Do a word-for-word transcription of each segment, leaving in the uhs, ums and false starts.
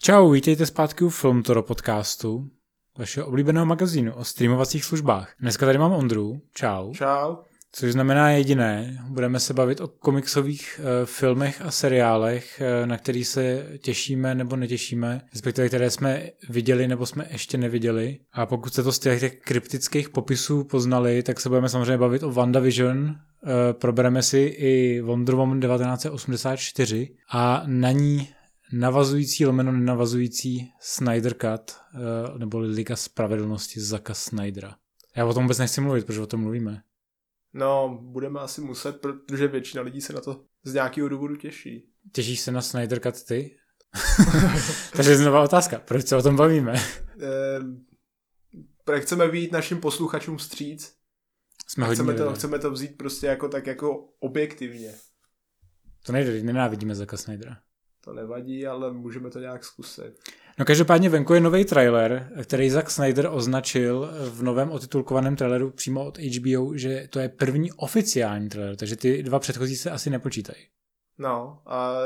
Čau, vítejte zpátky u Filmtoro podcastu, vašeho oblíbeného magazínu o streamovacích službách. Dneska tady mám Ondru, čau. Čau. Což znamená jediné, budeme se bavit o komiksových e, filmech a seriálech, e, na který se těšíme nebo netěšíme, respektive které jsme viděli nebo jsme ještě neviděli. A pokud jste to z těch, těch kryptických popisů poznali, tak se budeme samozřejmě bavit o WandaVision, e, probereme si i Wonder Woman devatenáct osmdesát čtyři a na ní navazující lomeno nenavazující Snyder Cut, e, nebo Liga spravedlnosti Zacka Snydera. Já o tom vůbec nechci mluvit, protože o tom mluvíme. No, budeme asi muset, protože většina lidí se na to z nějakého důvodu těší. Těšíš se na Snyder Cut ty? Takže znovu otázka, proč se o tom bavíme? Eh, chceme vyjít našim posluchačům vstříc. Jsme hodně chceme, to, chceme to vzít prostě jako tak jako objektivně. To nejde, nenávidíme Zacka Snydera. To nevadí, ale můžeme to nějak zkusit. No každopádně venku je nový trailer, který Zack Snyder označil v novém otitulkovaném traileru přímo od H B O, že to je první oficiální trailer, takže ty dva předchozí se asi nepočítají. No a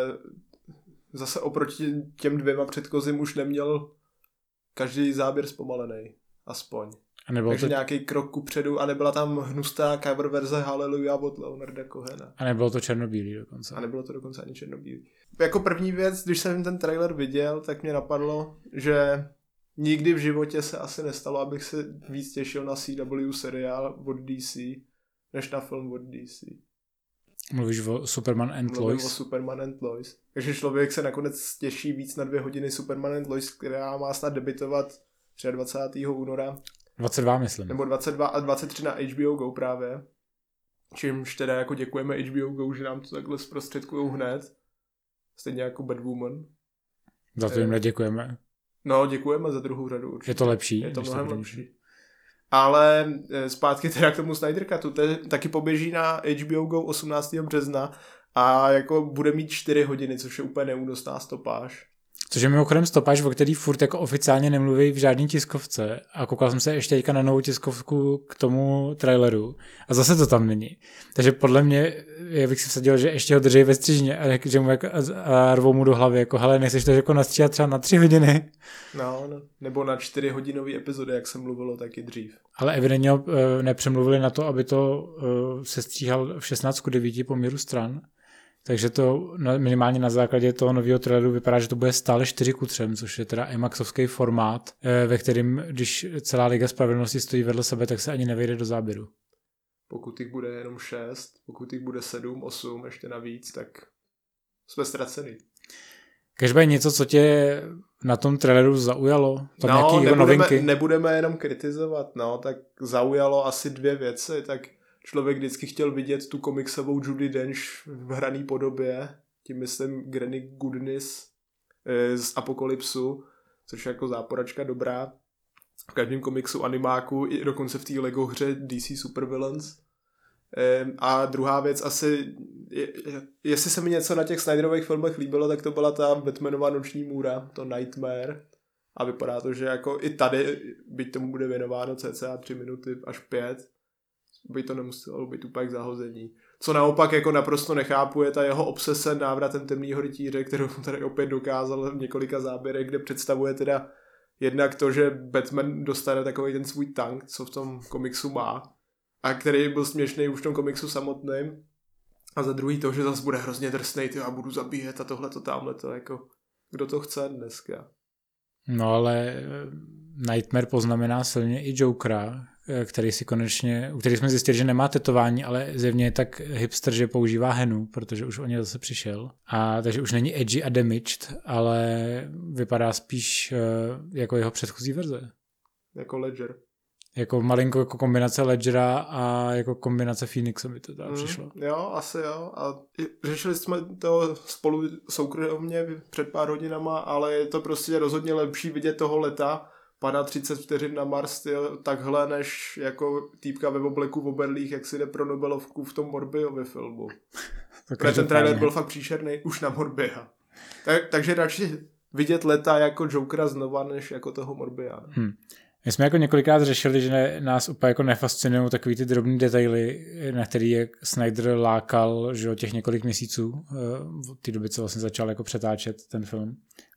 zase oproti těm dvěma předchozím už neměl každý záběr zpomalený, aspoň. A nebylo Takže to... nějaký krok kupředu a nebyla tam hnustá cover verze Hallelujah od Leonarda Cohena. A nebylo to černobílý dokonce. A nebylo to dokonce ani černobílý. Jako první věc, když jsem ten trailer viděl, tak mě napadlo, že nikdy v životě se asi nestalo, abych se víc těšil na C W seriál od D C, než na film od D C. Mluvíš o Superman and Mluvím Lois? o Superman and Lois. Takže člověk se nakonec těší víc na dvě hodiny Superman and Lois, která má snad debitovat dvacátého třetího února. dvacet dva, myslím. Nebo dvacet dva a dvacet tři na H B O Go právě. Čímž teda jako děkujeme H B O Go, že nám to takhle zprostředkujou hned. Stejně jako Batwoman. Za to jim neděkujeme. No, děkujeme za druhou řadu určitě. Je to lepší. Je to mnohem lepší. Ale zpátky teda k tomu Snyder Cutu. To taky poběží na H B O Go osmnáctého března a jako bude mít čtyři hodiny, což je úplně neúnosná stopáž. Což je mimochodem stopáž, o který furt jako oficiálně nemluví v žádný tiskovce. A koukal jsem se ještě teďka na novou tiskovku k tomu traileru. A zase to tam není. Takže podle mě, já bych si vsadil, že ještě ho drží ve střižně a, že mu jako, a rvou mu do hlavy, jako hele, nechceš to jako nastříhat třeba na tři hodiny? No, no, nebo na čtyři hodinové epizody, jak se mluvilo taky dřív. Ale evidentně uh, nepřemluvili na to, aby to uh, se stříhal v šestnáct ku devíti poměru stran. Takže to minimálně na základě toho nového traileru vypadá, že to bude stále čtyři ku třem, což je teda IMAXovský formát, ve kterým, když celá Liga spravedlnosti stojí vedle sebe, tak se ani nevejde do záběru. Pokud jich bude jenom šest, pokud jich bude sedm, osm, ještě navíc, tak jsme ztracený. Každopádně něco, co tě na tom traileru zaujalo? Tam no, nějaký nebudeme, novinky? nebudeme jenom kritizovat, no, tak zaujalo asi dvě věci, tak člověk vždycky chtěl vidět tu komiksovou Judi Dench v hraný podobě, tím myslím Granny Goodness z Apokalypsu, což je jako záporačka dobrá. V každém komiksu animáku, i dokonce v té Lego hře D C Supervillains. A druhá věc asi, jestli se mi něco na těch Snyderových filmech líbilo, tak to byla ta Batmanova noční můra, to Nightmare. A vypadá to, že jako i tady, byť tomu bude věnováno cca tři minuty až pět, by to nemuselo být úplně zahození. Co naopak jako naprosto nechápu, je ta jeho obsese návratem temného rytíře, kterou tady opět dokázal v několika záběrech, kde představuje teda jednak to, že Batman dostane takový ten svůj tank, co v tom komiksu má, a který byl směšný už v tom komiksu samotným. A za druhý to, že zase bude hrozně drsnej, ty a budu zabíjet a tohleto, tamhleto, jako kdo to chce dneska. No ale Nightmare poznamená silně i Jokera, který si konečně, u který jsme zjistili, že nemá tetování, ale zjevně je tak hipster, že používá henu, protože už o ně zase přišel. A takže už není edgy a damaged, ale vypadá spíš uh, jako jeho předchozí verze. Jako Ledger. Jako malinko jako kombinace Ledgera a jako kombinace Phoenixa by to tam mm, přišlo. Jo, asi jo. A řešili jsme to spolu soukromně před pár hodinama, ale je to prostě rozhodně lepší vidět toho leta, padá třicet vteřin na Mars, tyjo, takhle, než jako týpka ve obleku v oberlích, jak si jde pro Nobelovku v tom Morbiově filmu. Protože ten trailer byl fakt příšerný už na Morbia. Tak, takže radši vidět leta jako Jokera znova, než jako toho Morbia. Hmm. My jsme jako několikrát řešili, že ne, nás úplně jako nefascinují takový ty drobný detaily, na který je Snyder lákal, že o těch několik měsíců, od té doby, co vlastně začal jako přetáčet ten film.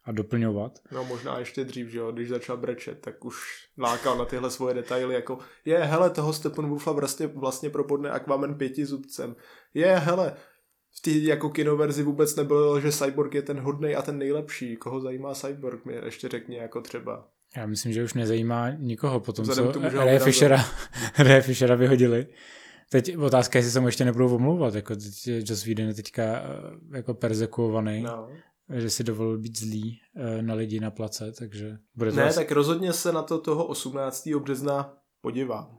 a doplňovat. No možná ještě dřív, že jo, když začal brečet, tak už lákal na tyhle svoje detaily, jako je, hele, toho Steppenwolfa vlastně, vlastně propodne Aquaman pětizubcem. Je, hele, v té jako kinoverzi vůbec nebylo, že Cyborg je ten hodnej a ten nejlepší. Koho zajímá Cyborg, mi ještě řekni jako třeba. Já myslím, že už nezajímá nikoho potom, Vzhledem co tomu, že Ray Fishera, Ray Fishera vyhodili. Teď otázka, jestli se mu ještě nebudou omlouvat, jako teď Joss Whedon je teďka jako perzekuovaný. No. Že si dovolil být zlý na lidi na place, takže bude to Ne, asi... tak rozhodně se na to toho osmnáctého března podívám.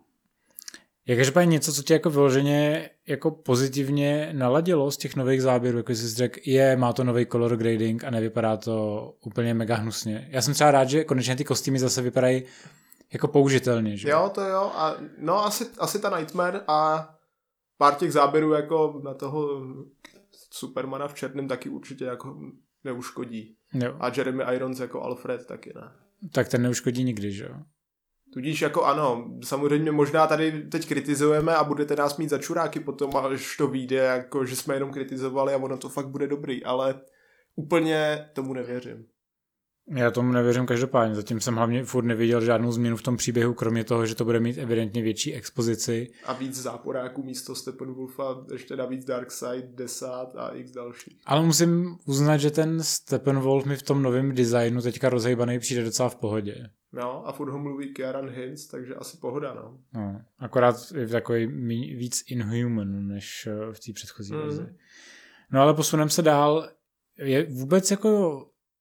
Je každopádně něco, co tě jako vyloženě jako pozitivně naladilo z těch nových záběrů, jako jsi řekl, je, má to nový color grading a nevypadá to úplně mega hnusně. Já jsem třeba rád, že konečně ty kostýmy zase vypadají jako použitelně, že? Jo, to jo, a no asi, asi ta Nightmare a pár těch záběrů jako na toho Supermana v černém taky určitě jako neuškodí. Jo. A Jeremy Irons jako Alfred taky ne. Tak ten neuškodí nikdy, že jo? Tudíž jako ano, samozřejmě možná tady teď kritizujeme a budete nás mít za čuráky potom, až to vyjde, jako že jsme jenom kritizovali a ono to fakt bude dobrý, ale úplně tomu nevěřím. Já tomu nevěřím každopádně, zatím jsem hlavně furt neviděl žádnou změnu v tom příběhu, kromě toho, že to bude mít evidentně větší expozici. A víc záporáků místo Steppenwolfa, ještě navíc Darkseid, Desat a x dalších. Ale musím uznat, že ten Steppenwolf mi v tom novém designu teďka rozhejbaný přijde docela v pohodě. No a furt ho mluví Kieran Hinz, takže asi pohoda, no. no akorát je takový víc inhuman, než v té předchozí verzi. Mm. No ale posuneme se dál. Je vůbec jako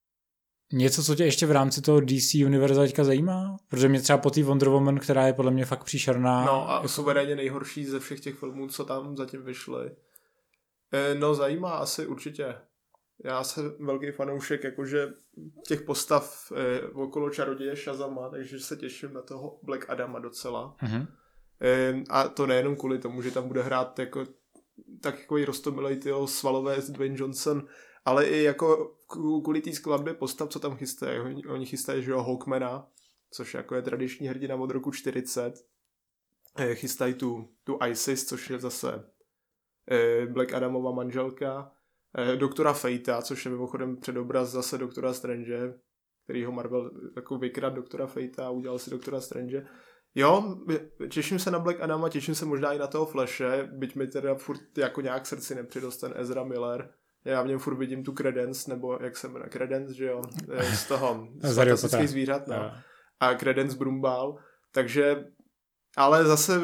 něco, co tě ještě v rámci toho D C univerza teďka zajímá? Protože mě třeba po té Wonder Woman, která je podle mě fakt příšerná. No a jako... suverénně nejhorší ze všech těch filmů, co tam zatím vyšly. E, no zajímá asi určitě. Já jsem velký fanoušek jakože těch postav e, okolo čaroděje Shazama, takže se těším na toho Black Adama docela. Uh-huh. E, a to nejenom kvůli tomu, že tam bude hrát jako tak jako i roztomilej tyho svalové Dwayne Johnson, ale i jako kvůli té skladbě postav, co tam chystají. Oni, oni chystají, že jo, Hawkmana, což jako je tradiční hrdina od roku čtyřicet. E, chystají tu, tu Isis, což je zase e, Black Adamova manželka. E, doktora Fatea, což je mimochodem předobraz zase doktora Strange, který ho Marvel jako vykrad doktora Fatea a udělal si doktora Strange. Jo, těším se na Black Adama, těším se možná i na toho Flashe, byť mi teda furt jako nějak srdci nepřidost ten Ezra Miller. Já v něm furt vidím tu Credence, nebo jak se jmenuje, Credence, že jo, z toho, z fantastických zvířat, no. A Credence Brumbal, takže, ale zase,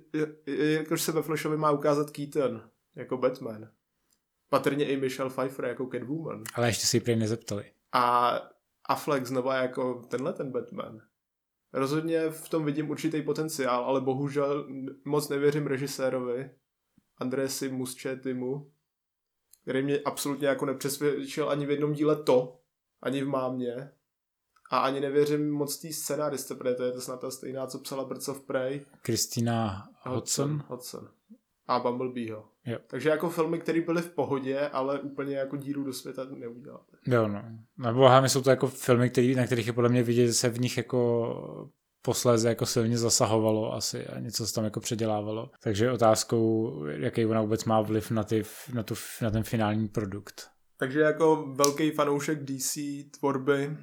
jakož se ve Flashovi má ukázat Keaton, jako Batman. Patrně i Michelle Pfeiffer, jako Catwoman. Ale ještě si ji prý nezeptali. A Affleck znova jako tenhle ten Batman. Rozhodně v tom vidím určitý potenciál, ale bohužel moc nevěřím režisérovi, Andresi Muschettimu, který mě absolutně jako nepřesvědčil ani v jednom díle to, ani v Mámě. A ani nevěřím moc té scénáriste, protože to je to snad ta stejná, co psala Birds of Prey. Kristýna Hodson. Hodson. A Bumblebeeho. Jo. Takže jako filmy, které byly v pohodě, ale úplně jako díru do světa neudělali. Jo, no. Na bohámi jsou to jako filmy, který, na kterých je podle mě vidět, že se v nich jako posléze jako silně zasahovalo asi a něco se tam jako předělávalo. Takže otázkou, jaký ona vůbec má vliv na, ty, na, tu, na ten finální produkt. Takže jako velký fanoušek D C tvorby,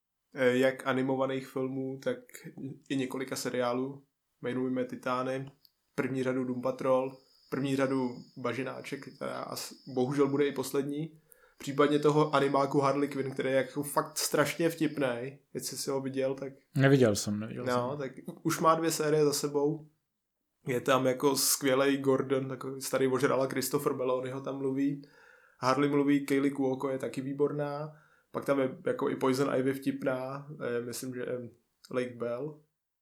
jak animovaných filmů, tak i několika seriálů. Jmenujeme Titány, první řadu Doom Patrol, první řadu Bažináček, která bohužel bude i poslední. Případně toho animáku Harley Quinn, který je jako fakt strašně vtipnej. Jestli jsi ho viděl, tak... Neviděl jsem, neviděl no, jsem. Tak už má dvě série za sebou. Je tam jako skvělej Gordon, takový starý ožrala, Christopher Meloni ho tam mluví. Harley mluví, Kaylee Cuoco je taky výborná. Pak tam je jako i Poison Ivy vtipná, myslím, že Lake Bell.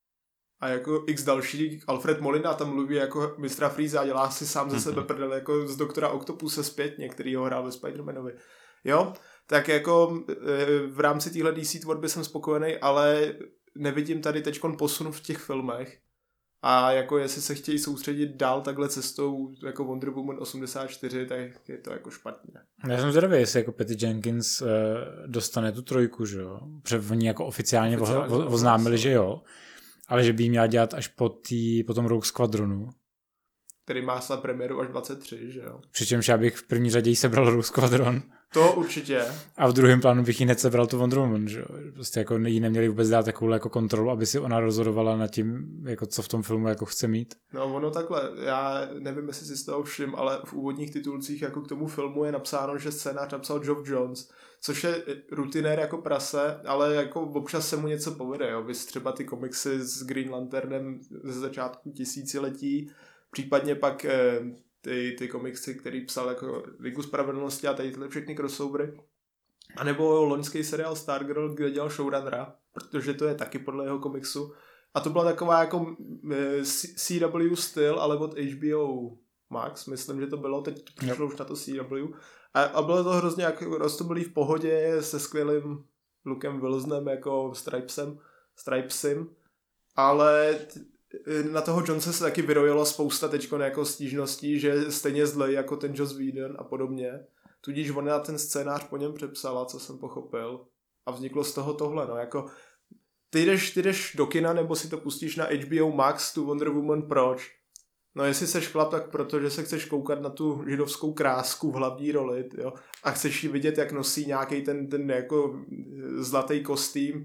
A jako x další, Alfred Molina tam mluví jako mistra Freeze a dělá si sám ze sebe prdel, jako z doktora Octopuse zpětně, který ho hrál ve Spider-Manovi. Jo, tak jako v rámci téhle D C tvorby jsem spokojený, ale nevidím tady teďkon posun v těch filmech. A jako jestli se chtějí soustředit dál takhle cestou jako Wonder Woman osmdesát čtyři, tak je to jako špatně. Já jsem zvědavý, jestli jako Patty Jenkins uh, dostane tu trojku, že jo? Protože oni jako oficiálně, oficiálně vo, oznámili, že jo. Ale že by jí měla dělat až po, tý, po tom Rogue Squadronu. který má snad premiéru až dvacet tři, že jo. Přičemž já bych v první řadě jí sebral Rogue Squadron. To určitě. A v druhém plánu bych jí hned sebral tu Wonder Woman, že jo. Prostě jako jí neměli vůbec dát takovou jako kontrolu, aby si ona rozhodovala nad tím, jako co v tom filmu jako chce mít. No ono takhle, já nevím, jestli si z toho všim, ale v úvodních titulcích jako k tomu filmu je napsáno, že scénář napsal Geoff Johns, což je rutinér jako prase, ale jako občas se mu něco povede, jo. Vys třeba ty komiksy s Green Lanternem ze začátku tisíciletí, případně pak eh, ty, ty komiksy, který psal jako Ligu spravedlnosti a tady tyhle všechny crossovery. A nebo loňský seriál Stargirl, kde dělal showrunnera, protože to je taky podle jeho komiksu. A to byla taková jako eh, C W styl, ale od H B O Max, myslím, že to bylo, teď to přišlo už na to C W. A, a bylo to hrozně jako roztomilý v pohodě se skvělým Lukem Wilsonem jako Stripesem, Stripesem, ale t- na toho Jonesa se taky vyrojilo spousta teďko jako stížností, že je stejně zlej jako ten Joss Whedon a podobně. Tudíž ona ten scénář po něm přepsala, co jsem pochopil. A vzniklo z toho tohle, no, jako ty jdeš, ty jdeš do kina nebo si to pustíš na H B O Max, tu Wonder Woman, proč? No jestli seš chlap, tak protože se chceš koukat na tu židovskou krásku v hlavní roli, jo, a chceš ji vidět, jak nosí nějaký ten, ten jako zlatý kostým,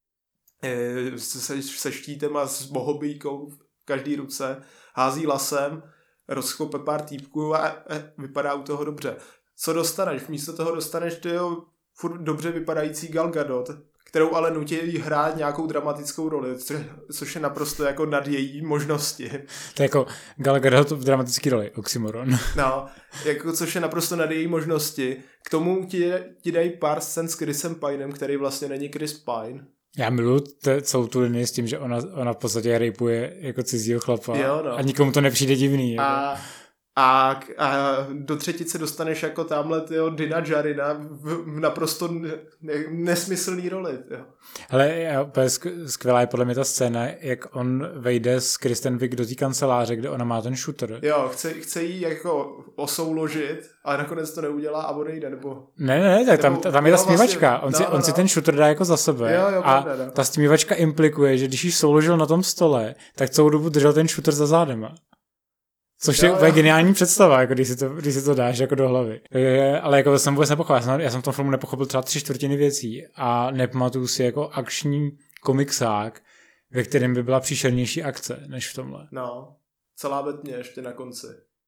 se, se štítem a s bohobíkou v každý ruce, hází lasem, rozchope pár týpků a, a vypadá u toho dobře. Co dostaneš? Místo toho dostaneš tyho furt dobře vypadající Gal Gadot, kterou ale nutí hrát nějakou dramatickou roli, což je naprosto jako nad její možnosti. To je jako Gal Gadot v dramatické roli, oxymoron. No, jako což je naprosto nad její možnosti. K tomu ti, ti dají pár scén s Chrisem Pinem, který vlastně není Chris Pine. Já miluji te, celou tu linii s tím, že ona, ona v podstatě rejpuje jako cizího chlapa. Jo, no. A nikomu to nepřijde divný. Jako. A, a, a do třetice dostaneš jako tamhle tyjo, Dina Jarina v, v naprosto ne, nesmyslný roli. Jo. Hele, skvělá je podle mě ta scéna, jak on vejde s Kristen Wiig do té kanceláře, kde ona má ten shooter. Jo, chce, chce jí jako osouložit, ale nakonec to neudělá a odejde, nebo... Ne, ne, tak tam, tam je ta smívačka. Vlastně, on, no, si, no, on no. si ten shooter dá jako za sebe. Jo, jo, a pravda, no. Ta smívačka implikuje, že když jí souložil na tom stole, tak celou dobu držel ten shooter za zádema. Což jo, je úplně jo. Geniální představa, jako když si to, když si to dáš jako do hlavy. Je, ale jako to jsem vůbec nepochopil. Já jsem, já jsem v tom filmu nepochopil třeba tři čtvrtiny věcí a nepamatuju si jako akční komiksák, ve kterém by byla příšernější akce, než v tomhle. No, celá ve tmě ještě na konci.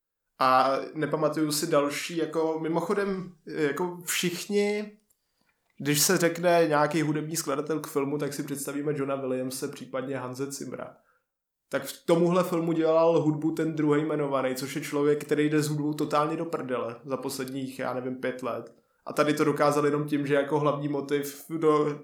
A nepamatuju si další, jako mimochodem, jako všichni, když se řekne nějaký hudební skladatel k filmu, tak si představíme Johna Williamse, případně Hanse Zimmera. Tak v tomuhle filmu dělal hudbu ten druhý jmenovaný, což je člověk, který jde s hudbou totálně do prdele za posledních, já nevím, pět let. A tady to dokázal jenom tím, že jako hlavní motiv do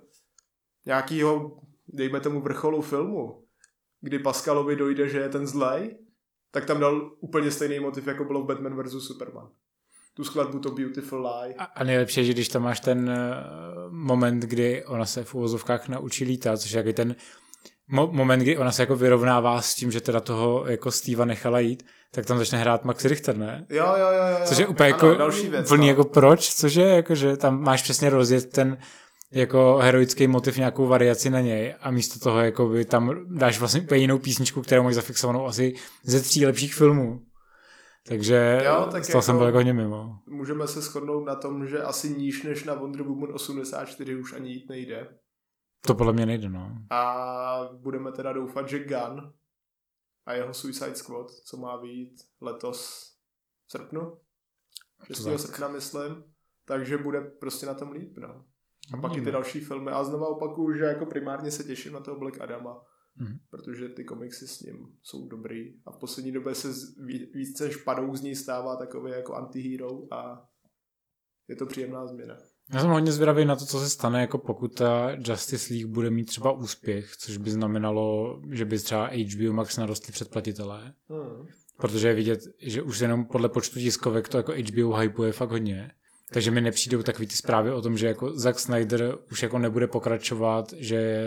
nějakého, dejme tomu, vrcholu filmu, kdy Pascalovi dojde, že je ten zlej, tak tam dal úplně stejný motiv, jako bylo v Batman versus. Superman. Tu skladbu to Beautiful Lie. A, a nejlepší je, že když tam máš ten uh, moment, kdy ona se v uvozovkách naučí lítat, což je jaký ten mo- moment, kdy ona se jako vyrovnává s tím, že teda toho jako Steva nechala jít, tak tam začne hrát Max Richter, ne? Jo, jo, jo. jo. Což je úplně ano, jako další věc, plný no. jako proč, což je jako, že tam máš přesně rozjet ten jako heroický motiv, nějakou variaci na něj a místo toho jako by tam dáš vlastně úplně jinou písničku, kterou máš zafixovanou asi ze tří lepších filmů. Takže jo, tak z toho jako jsem byl jako hodně mimo. Můžeme se shodnout na tom, že asi níž než na Wonder Woman osmdesát čtyři už ani jít nejde. To podle mě nejde, no. A budeme teda doufat, že Gunn a jeho Suicide Squad, co má vyjít letos v srpnu, šestého srpna myslím, takže bude prostě na tom líp, no. A pak i ty další filmy. A znova opakuju, že jako primárně se těším na toho Black Adama, mm. protože ty komiksy s ním jsou dobrý a v poslední době se více špadou z ní stává takový jako antihero a je to příjemná změna. Já jsem hodně zvědavý na to, co se stane, jako pokud ta Justice League bude mít třeba úspěch, což by znamenalo, že by třeba H B O Max narostly předplatitelé. Hmm. Protože je vidět, že už jenom podle počtu tiskovek to jako H B O hypuje fakt hodně. Takže mi nepřijdou takový ty zprávy o tom, že jako Zack Snyder už jako nebude pokračovat, že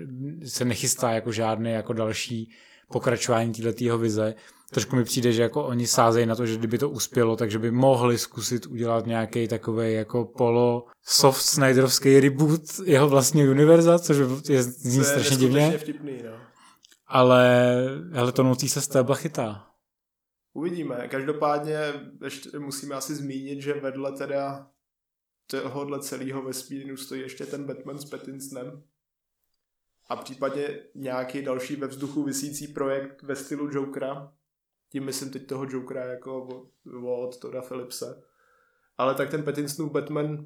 se nechystá jako žádný jako další pokračování této vize. Trošku mi přijde, že jako oni sázejí na to, že kdyby to uspělo, takže by mohli zkusit udělat nějaký takový jako polo soft Snyderovský reboot jeho vlastního univerza, což je zní strašně divně. Vtipný, no. Ale hele, to nocí se stébla chytá. Uvidíme. Každopádně ještě musíme asi zmínit, že vedle teda tohohle celého vesmíru stojí ještě ten Batman s Pattinsonem a případně nějaký další ve vzduchu visící projekt ve stylu Jokera. Tím myslím teď toho Jokera jako od Todda Phillipse. Ale tak ten Pattinsonův Batman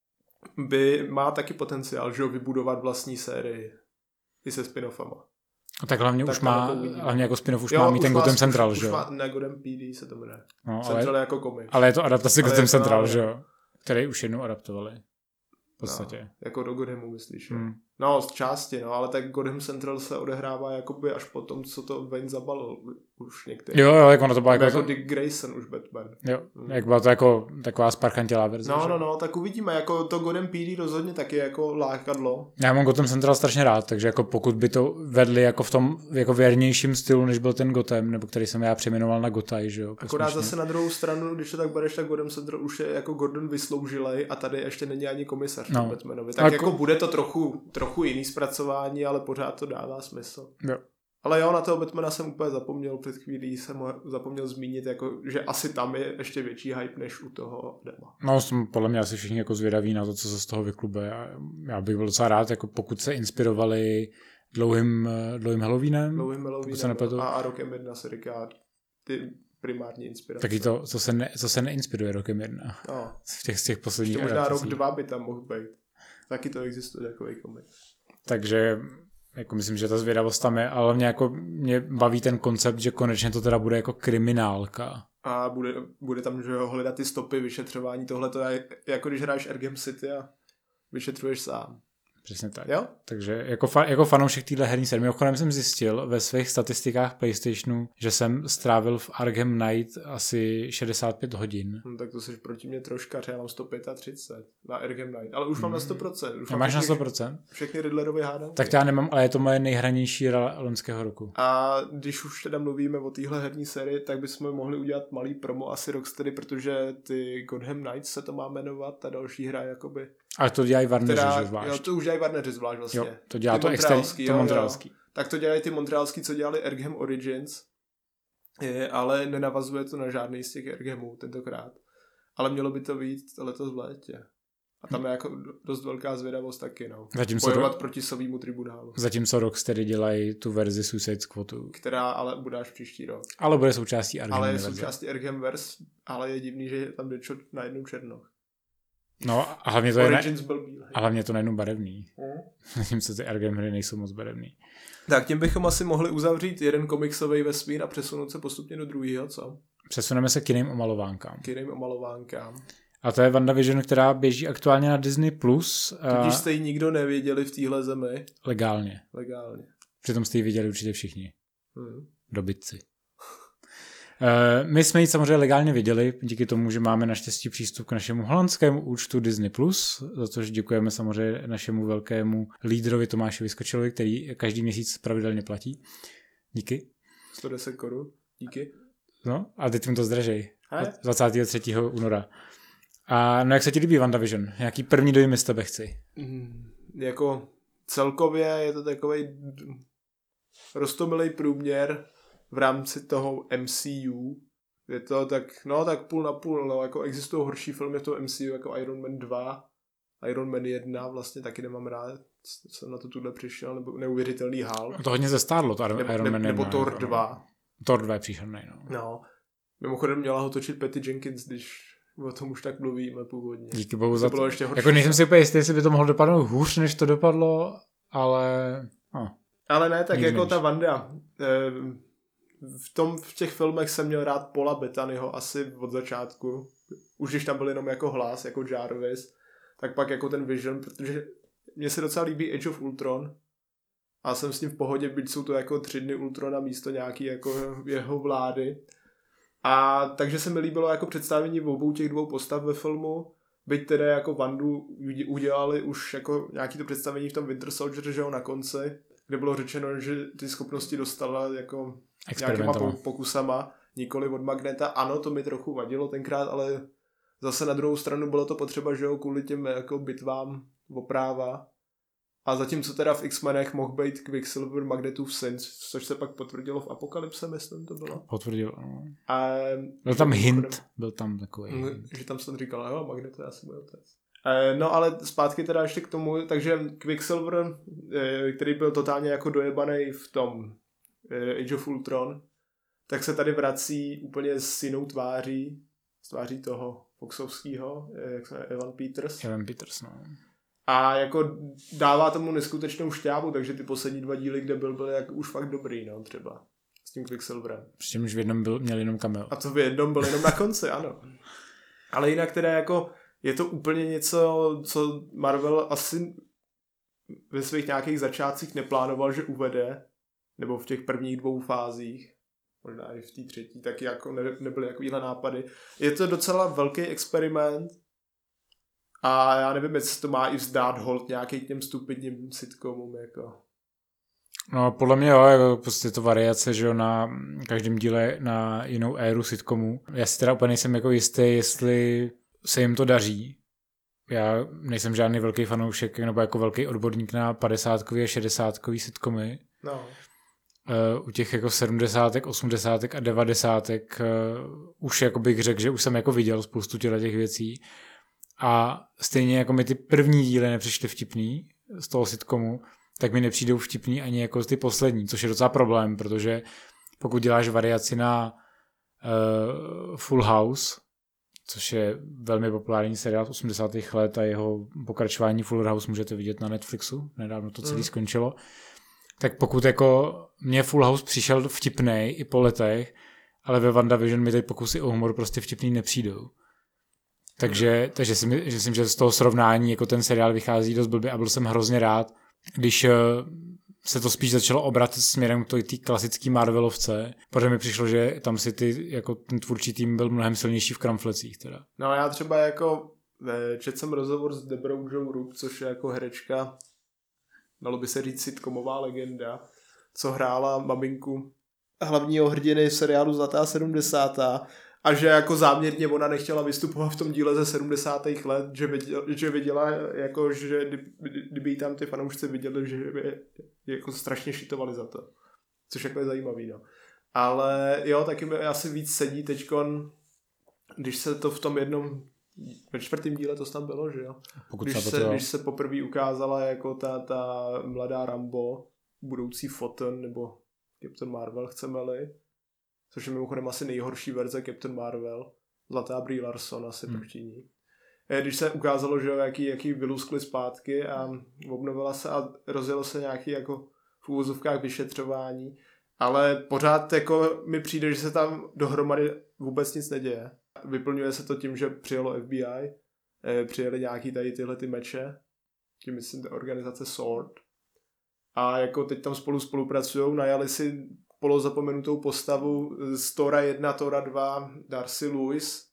by má taky potenciál, že ho vybudovat vlastní sérii i se spin-offama. A tak hlavně tak už má, hlavně jako spin-off už jo, má mít ten Gotham Central, že jo? Už má, ne, Gotham P D se to jmenuje. No, Central ale, je jako komik. Ale je to adaptace Gotham Central, že jo? Který už jednou adaptovali. V podstatě. No, jako do Gothamu, myslíš? Hmm. No, z části, no, ale tak Gotham Central se odehrává jakoby až po tom, co to Wayne zabalil už některý. Jo, jo, jako ono to bylo jako... jako Dick Grayson už Batman. Jo, hmm. jak byla to jako taková sparchantělá verze. No, že? no, no, tak uvidíme, jako to Gotham P D rozhodně taky jako lákadlo. Já mám Gotham Central strašně rád, takže jako pokud by to vedli jako v tom jako věrnějším stylu, než byl ten Gotham, nebo který jsem já přejmenoval na Gotham, že jo. Akorát zase na druhou stranu, když to tak bereš, tak Gotham Central už je jako Gordon vysloužilej a tady ještě není ani komisař no. Batmanovi. Tak jako... jako bude to trochu, trochu jiný zpracování, ale pořád to dává smysl. Jo. Ale jo, na toho Batmana jsem úplně zapomněl, před chvílí jsem ho zapomněl zmínit, jako, že asi tam je ještě větší hype než u toho Dema. No, jsem podle mě asi všichni jako zvědaví na to, co se z toho vyklube. Já, já bych byl docela rád, jako pokud se inspirovali dlouhým, dlouhým Halloweenem. Dlouhým Halloweenem a, a Rokem jedna se říká ty primární inspirace. Taky to, co se, ne, co se neinspiruje Rokem jedna. No. Z těch, z těch posledních možná adaptací. Rok dva by tam mohl být. Taky to existuje takový komik. Takže jako myslím, že ta zvědavost tam je, ale mě jako mě baví ten koncept, že konečně to teda bude jako kriminálka. A bude, bude tam, že jo, hledat ty stopy, vyšetřování, tohle to je jako když hráš Arkham City a vyšetřuješ sám. Přesně tak. Jo? Takže jako, fa- jako fanoušek téhle herní série, mimochodem jsem zjistil ve svých statistikách PlayStationu, že jsem strávil v Arkham Knight asi šedesát pět hodin. No, tak to jsi proti mě troška, já mám sto třicet pět na Arkham Knight, ale už mám hmm. na sto procent. Už mám máš na sto procent? Všechny Riddlerovy hádanky. Tak to já nemám, ale je to moje nejhranější hra loňského roku. A když už teda mluvíme o téhle herní sérii, tak bychom mohli udělat malý promo asi Rocksteady, protože ty Gotham Knights se to má jmenovat, ta další hra jakoby. Ale to dělají Warneri, že zvlášť. Jo, to už dělají Warneri zvlášť vlastně. Jo, to dělá ty to externí, to montrealský. Tak to dělají ty montrealský, co dělali Arkham Origins, je, ale nenavazuje to na žádný z těch Arkhamů tentokrát. Ale mělo by to být letos v létě. A tam je jako dost velká zvědavost taky, no. Zatímco bojovat do... proti sovému tribunálu. Zatímco Rocksteady dělají tu verzi Suicide Squadu. Která ale bude až příští rok. Ale bude součástí Arkham Ale je součástí Arkhamverse, ale je divný, že je tam Deadshot na jednou černoch. No a hlavně to je ne... a hlavně to nejenom barevný. Zatímco ty Arkham hry nejsou moc barevný. Tak tím bychom asi mohli uzavřít jeden komiksový vesmír a přesunout se postupně do druhého, co? Přesuneme se k jiným omalovánkám. K jiným omalovánkám. A to je WandaVision, která běží aktuálně na Disney plus. Tudíž jste ji nikdo nevěděli v téhle zemi. Legálně. Legálně. Přitom jste ji viděli určitě všichni. Hmm. Dobytci. My jsme ji samozřejmě legálně viděli, díky tomu, že máme naštěstí přístup k našemu holandskému účtu Disney plus, za což děkujeme samozřejmě našemu velkému lídrovi Tomáši Vyskočilovi, který každý měsíc pravidelně platí. Díky. sto deset korun. Díky. No, a teď mi to zdražej. dvacátého třetího února. A no jak se ti líbí WandaVision? Jaký první dojmy z tebe chci? Mm, jako celkově je to takovej roztomilej průměr v rámci toho M C U. Je to tak, no tak půl na půl, no, jako existují horší filmy v tom M C U, jako Iron Man dva, Iron Man jedna, vlastně taky nemám rád, jsem na to tuhle přišel, nebo Neuvěřitelný Hulk. To hodně zestárlo, to Iron nebo, Man jedna. Nebo Thor dva. Thor dva je příšerný, no. No. Mimochodem měla ho točit Patty Jenkins, když o tom už tak mluvíme původně. Díky bohu za to. Bylo ještě horší. Jako nejsem si úplně jistý, jestli by to mohlo dopadnout hůř, než to dopadlo, ale... No. Ale ne, tak Nikdy jako nevíš. ta Wanda. V, tom, v těch filmech jsem měl rád Paula Bettanyho asi od začátku. Už když tam byl jenom jako hlas, jako Jarvis, tak pak jako ten Vision, protože mně se docela líbí Age of Ultron a jsem s ním v pohodě, byť jsou to jako tři dny Ultrona místo nějaký jako jeho vlády. A takže se mi líbilo jako představení obou těch dvou postav ve filmu, byť teda jako Wandu udělali už jako nějaký to představení v tom Winter Soldier, že jo, na konci, kde bylo řečeno, že ty schopnosti dostala jako nějakýma pokusama, nikoli od Magneta. Ano, to mi trochu vadilo tenkrát, ale zase na druhou stranu bylo to potřeba, že jo, kvůli těm jako bitvám o práva. A zatímco teda v X-Menech mohl být Quicksilver Magnetův syn, což se pak potvrdilo v Apokalypse, myslím to bylo. Potvrdilo, no. A byl tam hint, byl tam takový. Že tam jsem říkal, jo, Magneto je asi můj otec. No ale zpátky teda ještě k tomu, takže Quicksilver, který byl totálně jako dojebaný v tom Age of Ultron, tak se tady vrací úplně s jinou tváří, s tváří toho Foxovského, jak se jmenuje, Evan Peters. Evan Peters, no. A jako dává tomu neskutečnou šťávu, takže ty poslední dva díly, kde byl, byly jako už fakt dobrý, no, třeba. S tím Quicksilverem. Přičemž v jednom byl, měl jenom cameo. A to v jednom byl jenom na konci, ano. Ale jinak teda jako je to úplně něco, co Marvel asi ve svých nějakých začátcích neplánoval, že uvede, nebo v těch prvních dvou fázích, možná i v té třetí, tak jako ne, nebyly takovýhle nápady. Je to docela velký experiment a já nevím, jestli to má i vzdát hold nějaký těm stupidním sitcomům, jako. No podle mě jo, jako prostě to variace, že jo, na každém díle na jinou éru sitcomů. Já si teda úplně nejsem jako jistý, jestli se jim to daří. Já nejsem žádný velký fanoušek nebo jako velký odborník na padesátkový a šedesátkový sitcomy. No. Uh, u těch jako sedmdesátek, osmdesátek a devadesátek uh, už jako bych řekl, že už jsem jako viděl spoustu těchto těch věcí. A stejně jako mi ty první díly nepřišly vtipný z toho sitcomu, tak mi nepřijdou vtipný ani jako ty poslední, což je docela problém, protože pokud děláš variaci na uh, Full House, což je velmi populární seriál z osmdesátých let a jeho pokračování Full House můžete vidět na Netflixu, nedávno to celý mm. skončilo, tak pokud jako mě Full House přišel vtipnej i po letech, ale ve WandaVision mi ty pokusy o humor prostě vtipný nepřijdou. Takže, takže si myslím, že z toho srovnání jako ten seriál vychází dost blbě a byl jsem hrozně rád, když se to spíš začalo obratit směrem k té klasické Marvelovce, protože mi přišlo, že tam si ty, jako ten tvůrčí tým byl mnohem silnější v kramflecích teda. No já třeba jako četl jsem rozhovor s Deborou Jo Rupp, což je jako herečka, dalo by se říct sitcomová legenda, co hrála maminku hlavního hrdiny seriálu Zlatá sedmdesátá a že jako záměrně ona nechtěla vystupovat v tom díle ze sedmdesátých let, že viděla, že viděla jako, že kdyby jí tam ty fanoušci viděli, že by jako strašně šitovali za to. Což jako je zajímavý, no. Ale jo, taky mi asi víc sedí teďkon, když se to v tom jednom, ve čtvrtém díle to tam bylo, že jo? Když se, když se poprvé ukázala jako ta, ta mladá Rambo, budoucí Photon, nebo Captain Marvel, chceme-li, což je mimochodem asi nejhorší verze Captain Marvel, Zlatá Brie Larson asi hmm. proti ní. Když se ukázalo, že jo, jaký, jaký vyluskly zpátky a obnovila se a rozjelo se nějaký jako v úvozovkách vyšetřování, ale pořád jako mi přijde, že se tam dohromady vůbec nic neděje. Vyplňuje se to tím, že přijelo F B I, přijeli nějaký tady tyhle ty meče, tím myslím ta organizace Sword, a jako teď tam spolu spolupracujou, najali si polozapomenutou postavu z Thora jedna, Thora dva, Darcy Lewis,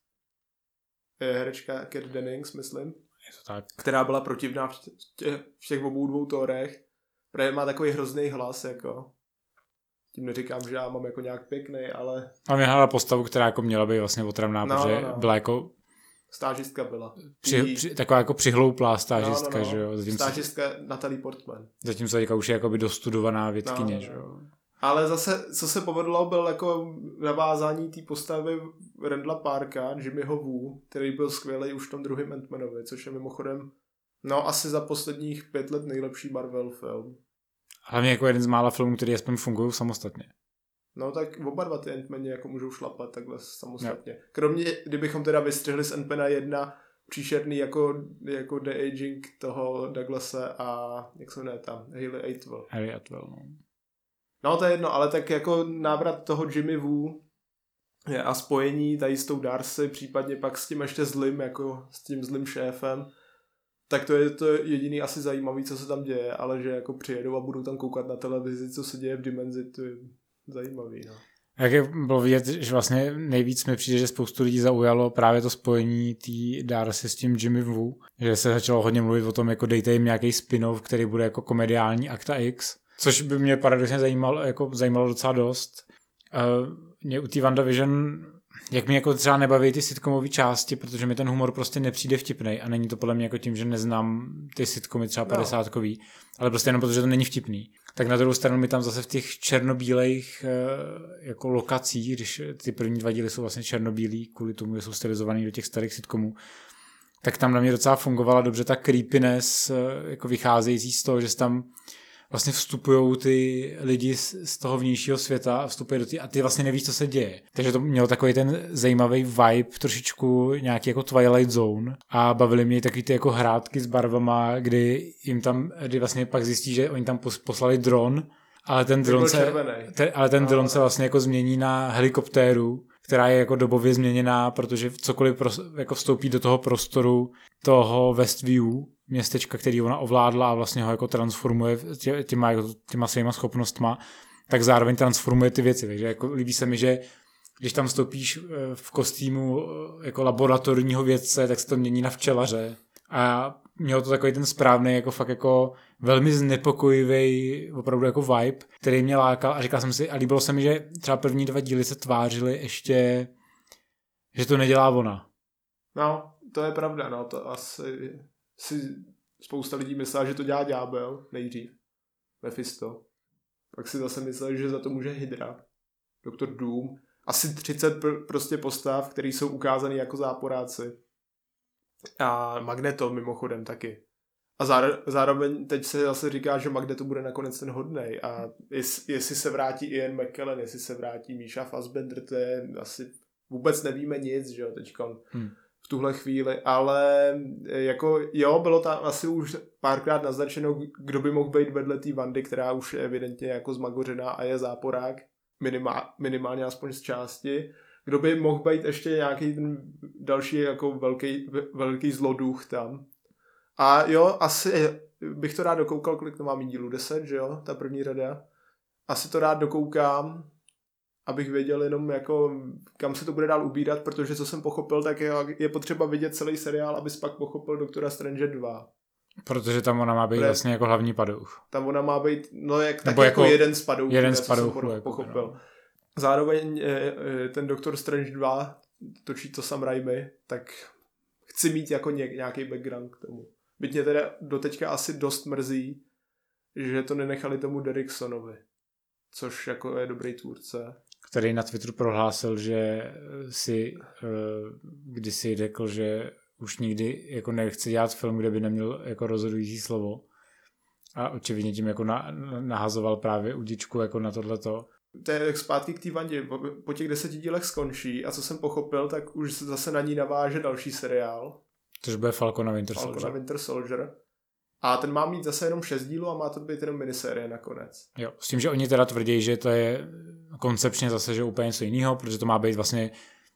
herečka Kat Dennings, myslím, je to tak, která byla protivná v těch, v těch obou dvou Thorech, protože má takový hrozný hlas, jako. Tím neříkám, že já mám jako nějak pěkný, ale... A mě hledala postavu, která jako měla být vlastně otravná, no, protože no. byla jako... Stážistka byla. Při, při, taková jako přihlouplá stážistka, no, no, no. Že jo. Zatímco, stážistka Natalie Portman. Zatímco teďka už je jakoby dostudovaná vědkyně, no, že jo. Ale zase, co se povedlo, byl jako navázání té postavy Randalla Parka, Jimmyho Woo, který byl skvělý už v tom druhém Ant-Manovi, což je mimochodem, no asi za posledních pět let nejlepší Marvel film. Hlavně jako jeden z mála filmů, který aspoň fungují samostatně. No tak oba dva ty Ant-Mani jako můžou šlapat takhle samostatně. No. Kromě, kdybychom teda vystřihli z Ant-Mana jedna příšerný jako, jako The Aging toho Douglase a jak se jmenuje tam, Hayley Atwell. Hayley Atwell, no. No to je jedno, ale tak jako návrat toho Jimmy Woo a spojení tady s tou Darcy, případně pak s tím ještě zlým, jako s tím zlým šéfem, tak to je to jediný asi zajímavý, co se tam děje, ale že jako přijedou a budou tam koukat na televizi, co se děje v Dimenzi, to je zajímavý, no. Jak je bylo vidět, že vlastně nejvíc mi přijde, že spoustu lidí zaujalo právě to spojení té Darcy s tím Jimmy Woo, že se začalo hodně mluvit o tom, jako dejte jim nějaký spin-off, který bude jako komediální Akta X, což by mě paradoxně zajímalo, jako zajímalo docela dost. Uh, mě u té WandaVision jak mě jako třeba nebaví ty sitcomové části, protože mi ten humor prostě nepřijde vtipnej a není to podle mě jako tím, že neznám ty sitcomy třeba padesátkový, no. ale prostě jenom protože to není vtipný. Tak na druhou stranu mi tam zase v těch černobílejch jako lokacích, když ty první dva díly jsou vlastně černobílí, kvůli tomu, že jsou stylizovaný do těch starých sitcomů, tak tam na mě docela fungovala dobře ta creepiness, jako vycházející z toho, že se tam vlastně vstupujou ty lidi z, z toho vnějšího světa a vstupují do ty a ty vlastně nevíš, co se děje. Takže to mělo takový ten zajímavý vibe, trošičku nějaký jako Twilight Zone a bavili mě takový ty jako hrátky s barvama, kdy jim tam, kdy vlastně pak zjistí, že oni tam poslali dron, ale ten dron se, te, ale ten dron se vlastně jako změní na helikoptéru, která je jako dobově změněná, protože cokoliv pros, jako vstoupí do toho prostoru toho Westview, městečka, který ona ovládla a vlastně ho jako transformuje tě, těma, těma svýma schopnostma, tak zároveň transformuje ty věci. Takže jako líbí se mi, že když tam vstoupíš v kostýmu jako laboratorního vědce, tak se to mění na včelaře. A mělo to takový ten správný, jako fakt jako velmi znepokojivý opravdu jako vibe, který mě lákal a říkal jsem si, a líbilo se mi, že třeba první dva díly se tvářily ještě, že to nedělá ona. No, to je pravda, no, to asi si spousta lidí myslela, že to dělá ďábel nejdřív, Mephisto. Pak si zase mysleli, že za to může Hydra, doktor Doom, asi třicet pr- prostě postav, které jsou ukázané jako záporáci. A Magneto mimochodem taky. A záro- zároveň teď se zase říká, že Magneto bude nakonec ten hodnej. A jest- jestli se vrátí Ian McKellen, jestli se vrátí Misha Fassbender, to je asi vůbec nevíme nic, že jo, teďkon. Hmm. V tuhle chvíli, ale jako jo, bylo tam asi už párkrát naznačeno, kdo by mohl být vedle té Wandy, která už je evidentně jako zmagořená a je záporák, minimál, minimálně aspoň z části. Kdo by mohl být ještě nějaký ten další jako velký, velký zloduch tam. A jo, asi bych to rád dokoukal, kolik to má mít dílu, deset, že jo, ta první rada. Asi to rád dokoukám, abych věděl jenom jako, kam se to bude dál ubírat, protože co jsem pochopil, tak je, je potřeba vidět celý seriál, abys pak pochopil Doktora Strange dva. Protože tam ona má být Pre... vlastně jako hlavní padouch. Tam ona má být, no jak, tak jako, jako jeden z padouchů, jeden z padouchů, jako, pochopil. No. Zároveň ten Doktor Strange dva točí to Sam Raimi, tak chci mít jako nějaký background k tomu. Byť mě teda doteďka asi dost mrzí, že to nenechali tomu Derricksonovi, což jako je dobrý tvůrce. Který na Twitteru prohlásil, že si kdysi řekl, že už nikdy jako nechce dělat film, kde by neměl jako rozhodující slovo. A očividně tím jako na, nahazoval právě udičku jako na tohleto. To je zpátky k té Vandě. Po těch deseti dílech skončí a co jsem pochopil, tak už zase na ní naváže další seriál. Což bude Falcon a Winter Soldier. Falcon a Winter Soldier. A ten má mít zase jenom šest dílů a má to být jenom minisérie nakonec. Jo, s tím, že oni teda tvrdí, že to je koncepčně zase, že úplně něco jiného, protože to má být vlastně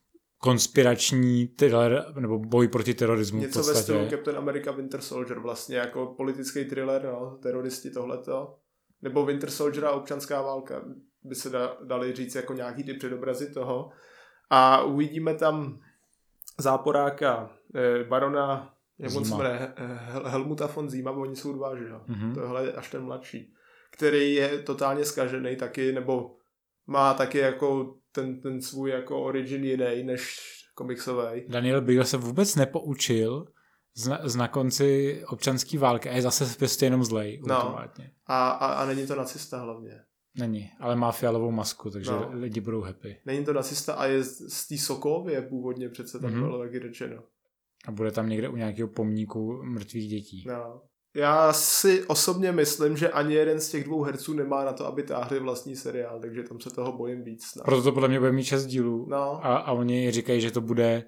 konspirační thriller, nebo boj proti terorismu. Něco ve stylu Captain America Winter Soldier vlastně, jako politický thriller, no, teroristi tohleto. Nebo Winter Soldier a občanská válka, by se da, dali říct jako nějaký ty předobrazy toho. A uvidíme tam záporáka, eh, barona, jak on se jmenuje, Helmuta von Zima, oni jsou dva, že jo? Mm-hmm. Tohle je až ten mladší, který je totálně zkažený taky, nebo má taky jako ten, ten svůj jako origin jiný než komiksový. Daniel Brühl se vůbec nepoučil z na, z na konci občanské války a je zase prostě jenom zlej. No. A, a, a není to nacista hlavně. Není, ale má fialovou masku, takže no. Lidi budou happy. Není to nacista a je z, z té Sokově původně přece tam mm-hmm. bylo taky řečeno. A bude tam někde u nějakého pomníku mrtvých dětí. No. Já si osobně myslím, že ani jeden z těch dvou herců nemá na to, aby táhli vlastní seriál, takže tam se toho bojím víc. No. Proto to podle mě bude mít šest dílů. No. A, a oni říkají, že to bude,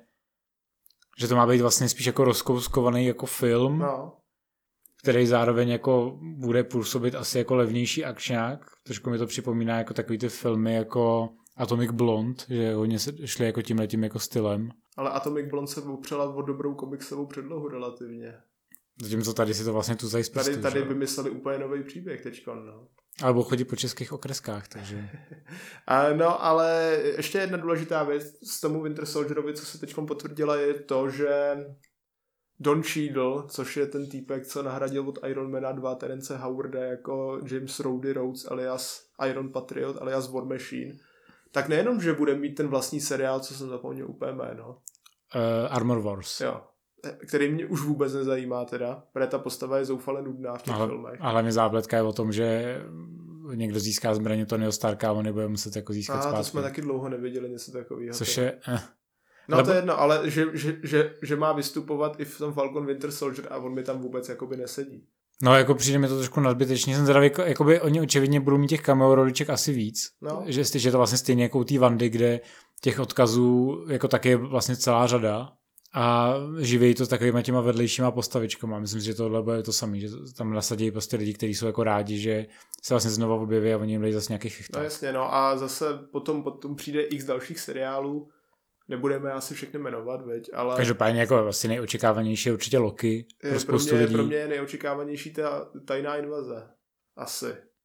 že to má být vlastně spíš jako rozkouskovaný jako film, no. který zároveň jako bude působit asi jako levnější akčňák. Trošku mi to připomíná jako takový ty filmy jako Atomic Blonde, že hodně se šli jako tímhletím jako stylem. Ale Atomic Blonde se opřela o dobrou komiksovou předlohu relativně. Zatímco tady si to vlastně tu zají z prstu, Tady, tady vymysleli úplně nový příběh teďkon, no. Alebo chodí po českých okreskách, takže... A no, ale ještě jedna důležitá věc z tomu Winter Soldierovi, co se teďkon potvrdila, je to, že Don Cheadle, což je ten týpek, co nahradil od Iron Mana dva Terence Howarda jako James Rhodey Rhodes alias Iron Patriot alias War Machine, tak nejenom, že bude mít ten vlastní seriál, co jsem zapomněl úplně jméno. Uh, Armor Wars. Jo. Který mě už vůbec nezajímá teda, protože ta postava je zoufale nudná v těch ale, filmech. A hlavně zápletka je o tom, že někdo získá zbraně Tonyho Starka a on nebude muset jako získat a, zpátky. to jsme taky dlouho neviděli něco takového. Což je... Eh. No Lebo... to je jedno, ale že, že, že, že má vystupovat i v tom Falcon Winter Soldier a on mi tam vůbec jakoby nesedí. No jako přijde mi to trošku nadbytečný, jsem zvědavý, jakoby oni očividně budou mít těch cameo roliček asi víc, no. že, že je to vlastně stejně jako u té Wandy, kde těch odkazů jako taky je vlastně celá řada a živějí to takovýma těma vedlejšíma postavičkama. Myslím si, že tohle bude to samé, že tam nasadí prostě lidi, kteří jsou jako rádi, že se vlastně znovu objeví a oni jim dají zase nějakých chichtů. No jasně, no a zase potom, potom přijde x dalších seriálů, nebudeme asi všechny jmenovat, veď, ale... Každopádně jako asi nejočekávanější je určitě Loki. Je, pro spoustu pro, mě, lidí. pro mě je nejočekávanější ta tajná invaze. Asi.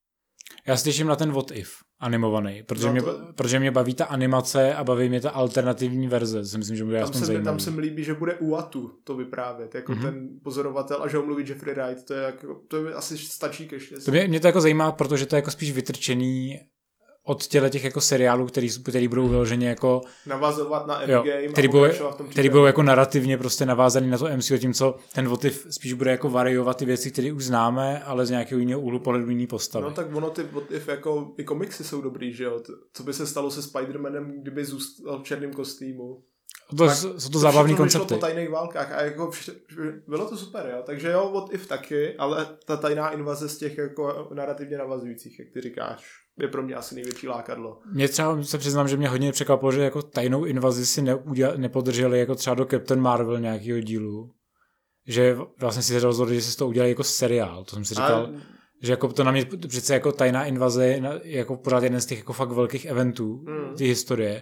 Já se těším na ten What If animovaný, protože, no mě, to... protože mě baví ta animace a baví mě ta alternativní verze. Si myslím, že bude aspoň zajímavý. Tam se mi líbí, že bude Uatu to vyprávět, jako mm-hmm. ten pozorovatel a že ho mluví Jeffrey Wright, to je jako, to je asi stačí ke štěstí. To mě, mě to jako zajímá, protože to je jako spíš vytrčený od těle těch jako seriálů, který, který budou vyloženě jako navazovat na Endgame, který, budou, který budou jako narrativně prostě navázaný na to M C U, tím co ten What If spíš bude jako variovat ty věci, které už známe, ale z nějakého jiného úhlu pohledu jiný postavy. No tak ono ty What If jako i komiksy jsou dobrý, že jo? Co by se stalo se Spider-Manem, kdyby zůstal v černém kostýmu? To tak, jsou to zábavný koncepty. Po tajných válkách a jako vše, bylo to super, jo. Takže jo, What If taky, ale ta tajná invaze z těch jako narrativně navazujících, jak ty říkáš, je pro mě asi největší lákadlo. Mě třeba se přiznám, že mě hodně překvapilo, že jako tajnou invazi si neudělali, nepodrželi jako třeba do Captain Marvel nějakého dílu. Že vlastně si rozhodli, že si to udělali jako seriál. To jsem si říkal, a... že jako to na mě přece jako tajná invaze je jako pořád jeden z těch jako fakt velkých eventů mm. té historie.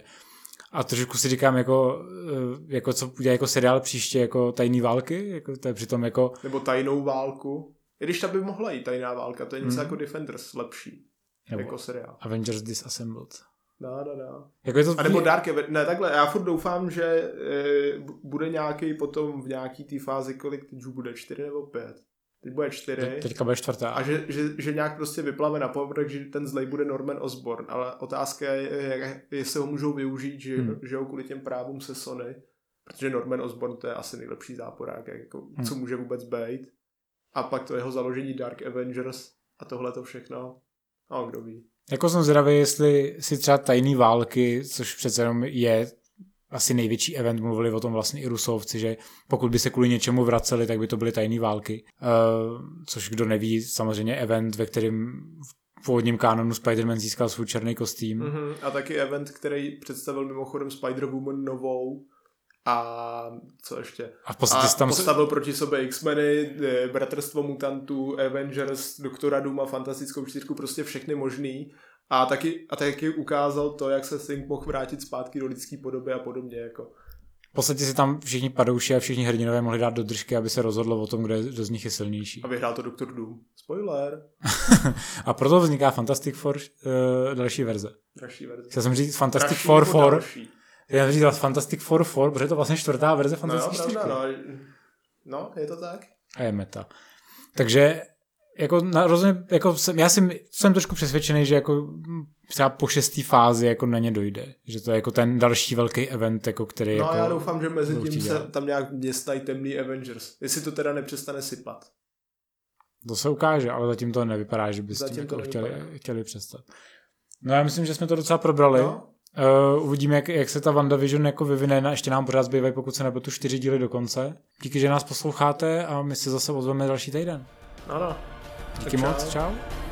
A trošku si říkám, jako, jako co udělá jako seriál příště, jako tajný války, jako to je přitom jako... Nebo tajnou válku. I když ta by mohla jít tajná válka, to je něco hmm. jako Defenders lepší. Nebo jako seriál. Avengers Disassembled. No, no, no. Jako je to... A nebo Dark Event, ne takhle, já furt doufám, že e, bude nějaký potom v nějaký té fázi, kolik teď bude, čtyři nebo pět. Teď bude čtyři. Te, teďka bude čtvrtá. A že, že, že nějak prostě vyplave na povrch, že ten zlej bude Norman Osborn, ale otázka je, jestli ho můžou využít, že, hmm. že ho kvůli těm právům se Sony, protože Norman Osborn to je asi nejlepší záporák, jako, hmm. co může vůbec být. A pak to jeho založení Dark Avengers a tohle to všechno. A kdo ví. Jako jsem zvědavý, jestli si třeba tajný války, což přece jenom je asi největší event, mluvili o tom vlastně i Rusovci, že pokud by se kvůli něčemu vraceli, tak by to byly tajný války. Uh, což kdo neví, samozřejmě event, ve kterém v původním kánonu Spider-Man získal svůj černý kostým. Mm-hmm. A taky event, který představil mimochodem Spider-Woman novou a co ještě? A, a tam postavil se... proti sobě X-meny, Bratrstvo mutantů, Avengers, Doktora Dooma, Fantastickou čtyřku, prostě všechny možný. A taky, a taky ukázal to, jak se Thing mohl vrátit zpátky do lidské podoby a podobně. Jako. V podstatě si tam všichni padouši a všichni hrdinové mohli dát do držky, aby se rozhodlo o tom, kdo, je, kdo z nich je silnější. A vyhrál to Doktor Doom. Spoiler. A proto vzniká Fantastic Four uh, další verze. Další verze. Chtěl jsem říct Fantastic Four Four. Já jsem říct Fantastic Four Four, protože je to vlastně čtvrtá verze Fantastic Four. No, no, no, je to tak. A je meta. Takže jako, na, rozumím, jako jsem, já jsem, jsem trošku přesvědčený, že jako třeba po šestý fázi jako na ně dojde. Že to je jako ten další velký event, jako který... No jako já doufám, že mezi tím se tam nějak městají temný Avengers. Jestli to teda nepřestane sypat. To se ukáže, ale zatím to nevypadá, že by s tím jako chtěli, chtěli přestat. No já myslím, že jsme to docela probrali. No. Uh, uvidíme, jak, jak se ta WandaVision jako vyvine. Na, ještě nám pořád zbývají, pokud se nepletu, čtyři díly do konce. Díky, že nás posloucháte a my se zase ozveme další týden. Ano. Díky moc, čau.